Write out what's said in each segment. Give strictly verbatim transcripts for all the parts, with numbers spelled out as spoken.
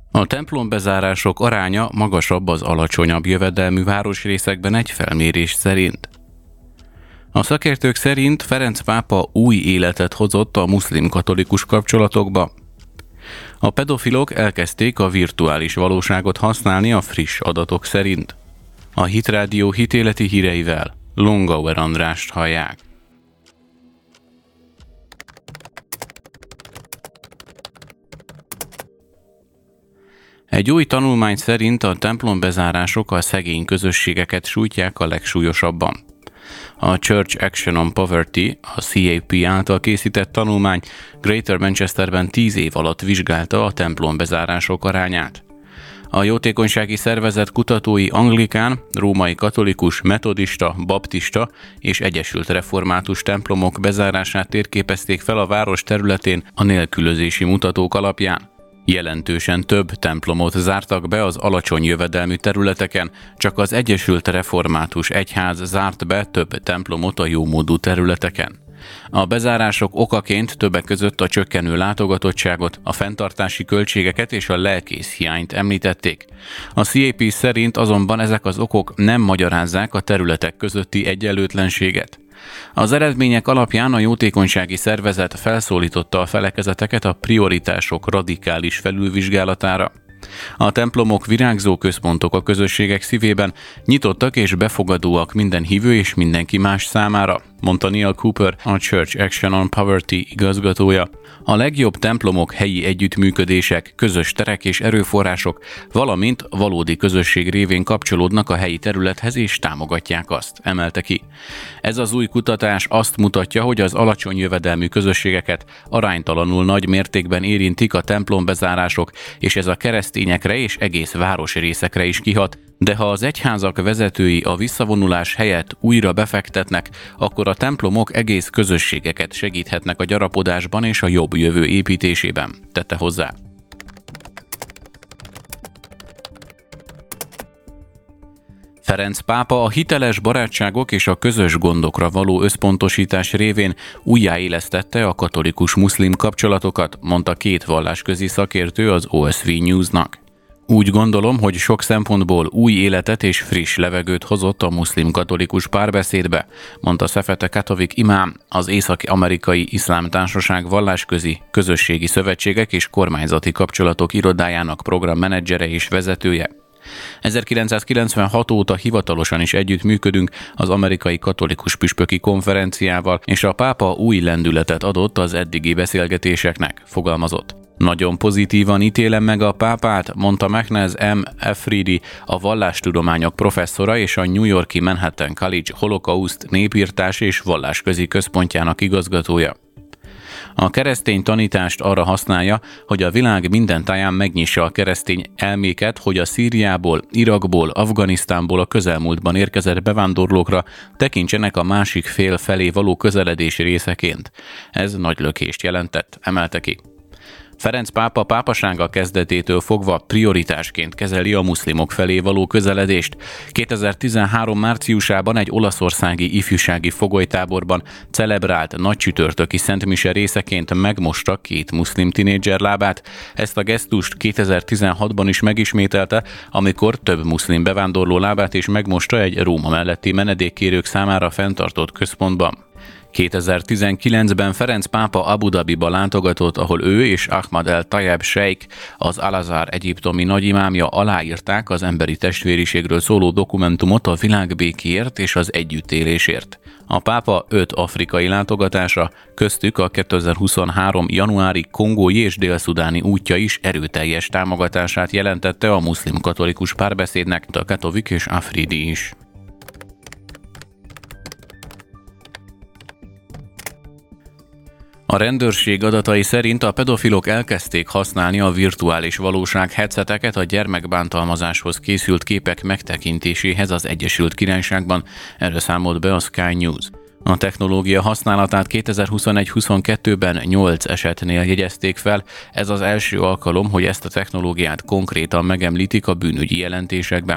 A templombezárások aránya magasabb az alacsonyabb jövedelmű városrészekben egy felmérés szerint. A szakértők szerint Ferenc pápa új életet hozott a muszlim-katolikus kapcsolatokba. A pedofilok elkezdték a virtuális valóságot használni a friss adatok szerint. A Hitrádió hitéleti híreivel Longauer Andrást hallják. Egy új tanulmány szerint a templombezárások a szegény közösségeket sújtják a legsúlyosabban. A Church Action on Poverty, a cé á pé által készített tanulmány Greater Manchesterben tíz év alatt vizsgálta a templombezárások arányát. A jótékonysági szervezet kutatói anglikán, római katolikus, metodista, baptista és egyesült református templomok bezárását térképezték fel a város területén a nélkülözési mutatók alapján. Jelentősen több templomot zártak be az alacsony jövedelmű területeken, csak az Egyesült Református Egyház zárt be több templomot a jómódú területeken. A bezárások okaként többek között a csökkenő látogatottságot, a fenntartási költségeket és a lelkész hiányt említették. A cé á pé szerint azonban ezek az okok nem magyarázzák a területek közötti egyenlőtlenséget. Az eredmények alapján a jótékonysági szervezet felszólította a felekezeteket a prioritások radikális felülvizsgálatára. A templomok virágzó központok a közösségek szívében, nyitottak és befogadóak minden hívő és mindenki más számára, mondta Neil Cooper, a Church Action on Poverty igazgatója. A legjobb templomok helyi együttműködések, közös terek és erőforrások, valamint valódi közösség révén kapcsolódnak a helyi területhez és támogatják azt, emelte ki. Ez az új kutatás azt mutatja, hogy az alacsony jövedelmű közösségeket aránytalanul nagy mértékben érintik a templombezárások, és ez a keresztényekre és egész városrészekre is kihat, de ha az egyházak vezetői a visszavonulás helyett újra befektetnek, akkor a templomok egész közösségeket segíthetnek a gyarapodásban és a jobb jövő építésében, tette hozzá. Ferenc pápa a hiteles barátságok és a közös gondokra való összpontosítás révén újjáélesztette a katolikus-muszlim kapcsolatokat, mondta két vallásközi szakértő az o es vé Newsnak. Úgy gondolom, hogy sok szempontból új életet és friss levegőt hozott a muszlim-katolikus párbeszédbe, mondta Szefete Katovik imám, az Észak-amerikai Iszlám Társaság vallásközi, közösségi szövetségek és kormányzati kapcsolatok irodájának programmenedzsere és vezetője. ezerkilencszázkilencvenhat óta hivatalosan is együtt működünk az amerikai katolikus püspöki konferenciával, és a pápa új lendületet adott az eddigi beszélgetéseknek, fogalmazott. Nagyon pozitívan ítélem meg a pápát, mondta Magnez M. Afridi, a vallástudományok professzora és a New York-i Manhattan College holokauszt népírtás és vallásközi központjának igazgatója. A keresztény tanítást arra használja, hogy a világ minden táján megnyissa a keresztény elméket, hogy a Szíriából, Irakból, Afganisztánból a közelmúltban érkezett bevándorlókra tekintsenek a másik fél felé való közeledés részeként. Ez nagy lökést jelentett, emelte ki. Ferenc pápa pápasága kezdetétől fogva prioritásként kezeli a muszlimok felé való közeledést. kétezer-tizenhárom márciusában egy olaszországi ifjúsági fogolytáborban celebrált nagycsütörtöki szentmise részeként megmosta két muszlim tinédzser lábát. Ezt a gesztust kétezer-tizenhatban is megismételte, amikor több muszlim bevándorló lábát is megmosta egy Róma melletti menedékkérők számára fenntartott központban. kétezer-tizenkilencben Ferenc pápa Abu Dhabiba látogatott, ahol ő és Ahmad el-Tayeb Sheikh, az Al-Azhar egyiptomi nagyimámja aláírták az emberi testvériségről szóló dokumentumot a világbékéért és az együttélésért. A pápa öt afrikai látogatása, köztük a kétezer-huszonhárom januári kongói és dél-szudáni útja is erőteljes támogatását jelentette a muszlim-katolikus párbeszédnek, a Katovik és Afridi is. A rendőrség adatai szerint a pedofilok elkezdték használni a virtuális valóság headseteket a gyermekbántalmazáshoz készült képek megtekintéséhez az Egyesült Királyságban, erről számolt be a Sky News. A technológia használatát kétezer-huszonegy-huszonkettőben nyolc esetnél jegyezték fel, ez az első alkalom, hogy ezt a technológiát konkrétan megemlítik a bűnügyi jelentésekben.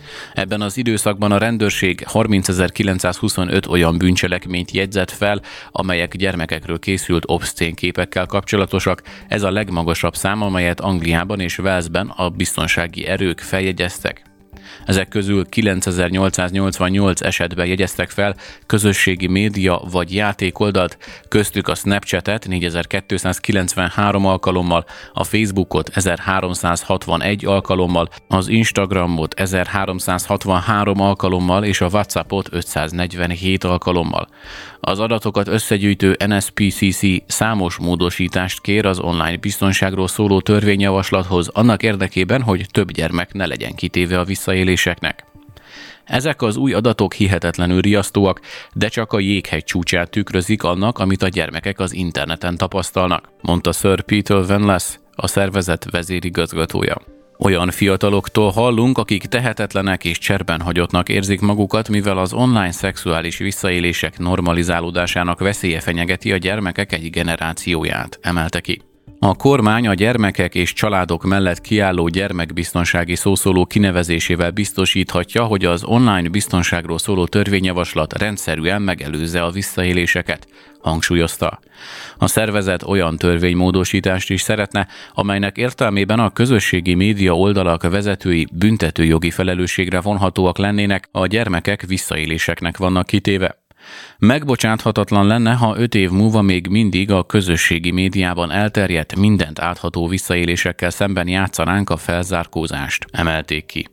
Ebben az időszakban a rendőrség harmincezer-kilencszázhuszonöt olyan bűncselekményt jegyzett fel, amelyek gyermekekről készült obszcén képekkel kapcsolatosak. Ez a legmagasabb szám, amelyet Angliában és Walesben a biztonsági erők feljegyeztek. Ezek közül kilencezer-nyolcszáznyolcvannyolc esetben jegyeztek fel közösségi média vagy játékoldalt, köztük a Snapchatet négyezer-kétszázkilencvenhárom alkalommal, a Facebookot ezerháromszázhatvanegy alkalommal, az Instagramot ezerháromszázhatvanhárom alkalommal és a WhatsAppot ötszáznegyvenhét alkalommal. Az adatokat összegyűjtő en es pé cé cé számos módosítást kér az online biztonságról szóló törvényjavaslathoz annak érdekében, hogy több gyermek ne legyen kitéve a visszaéléseknek. Ezek az új adatok hihetetlenül riasztóak, de csak a jéghegy csúcsát tükrözik annak, amit a gyermekek az interneten tapasztalnak, mondta Sir Peter Venlas, a szervezet vezérigazgatója. Olyan fiataloktól hallunk, akik tehetetlenek és cserben hagyottnak érzik magukat, mivel az online szexuális visszaélések normalizálódásának veszélye fenyegeti a gyermekek egy generációját, emelte ki. A kormány a gyermekek és családok mellett kiálló gyermekbiztonsági szószóló kinevezésével biztosíthatja, hogy az online biztonságról szóló törvényjavaslat rendszerűen megelőzze a visszaéléseket, hangsúlyozta. A szervezet olyan törvénymódosítást is szeretne, amelynek értelmében a közösségi média oldalak vezetői büntetőjogi felelősségre vonhatóak lennének, a gyermekek visszaéléseknek vannak kitéve. Megbocsáthatatlan lenne, ha öt év múlva még mindig a közösségi médiában elterjedt, mindent átható visszaélésekkel szemben játszanánk a felzárkózást, emelték ki.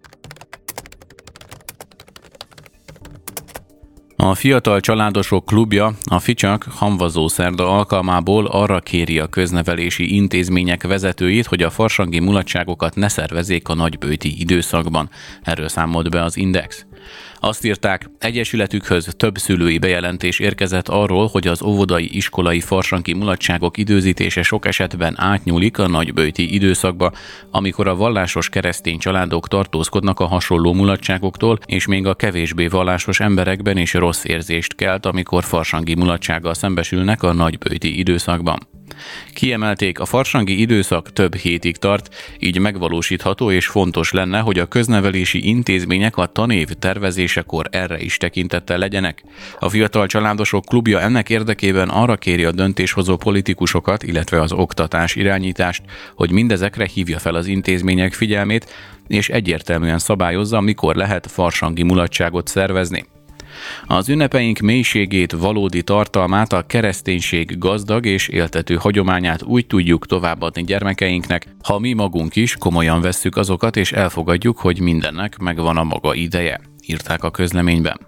A Fiatal Családosok Klubja, a Ficsak hamvazó szerda alkalmából arra kéri a köznevelési intézmények vezetőit, hogy a farsangi mulatságokat ne szervezzék a nagyböjti időszakban. Erről számolt be az Index. Azt írták, egyesületükhöz több szülői bejelentés érkezett arról, hogy az óvodai iskolai farsangi mulatságok időzítése sok esetben átnyúlik a nagyböjti időszakba, amikor a vallásos keresztény családok tartózkodnak a hasonló mulatságoktól, és még a kevésbé vallásos emberekben is rossz érzést kelt, amikor farsangi mulatsággal szembesülnek a nagyböjti időszakban. Kiemelték, a farsangi időszak több hétig tart, így megvalósítható és fontos lenne, hogy a köznevelési intézmények a tanév tervezésekor erre is tekintettel legyenek. A Fiatal Családosok Klubja ennek érdekében arra kéri a döntéshozó politikusokat, illetve az oktatás irányítást, hogy mindezekre hívja fel az intézmények figyelmét, és egyértelműen szabályozza, mikor lehet farsangi mulatságot szervezni. Az ünnepeink mélységét, valódi tartalmát, a kereszténység gazdag és éltető hagyományát úgy tudjuk továbbadni gyermekeinknek, ha mi magunk is komolyan vesszük azokat és elfogadjuk, hogy mindennek megvan a maga ideje, írták a közleményben.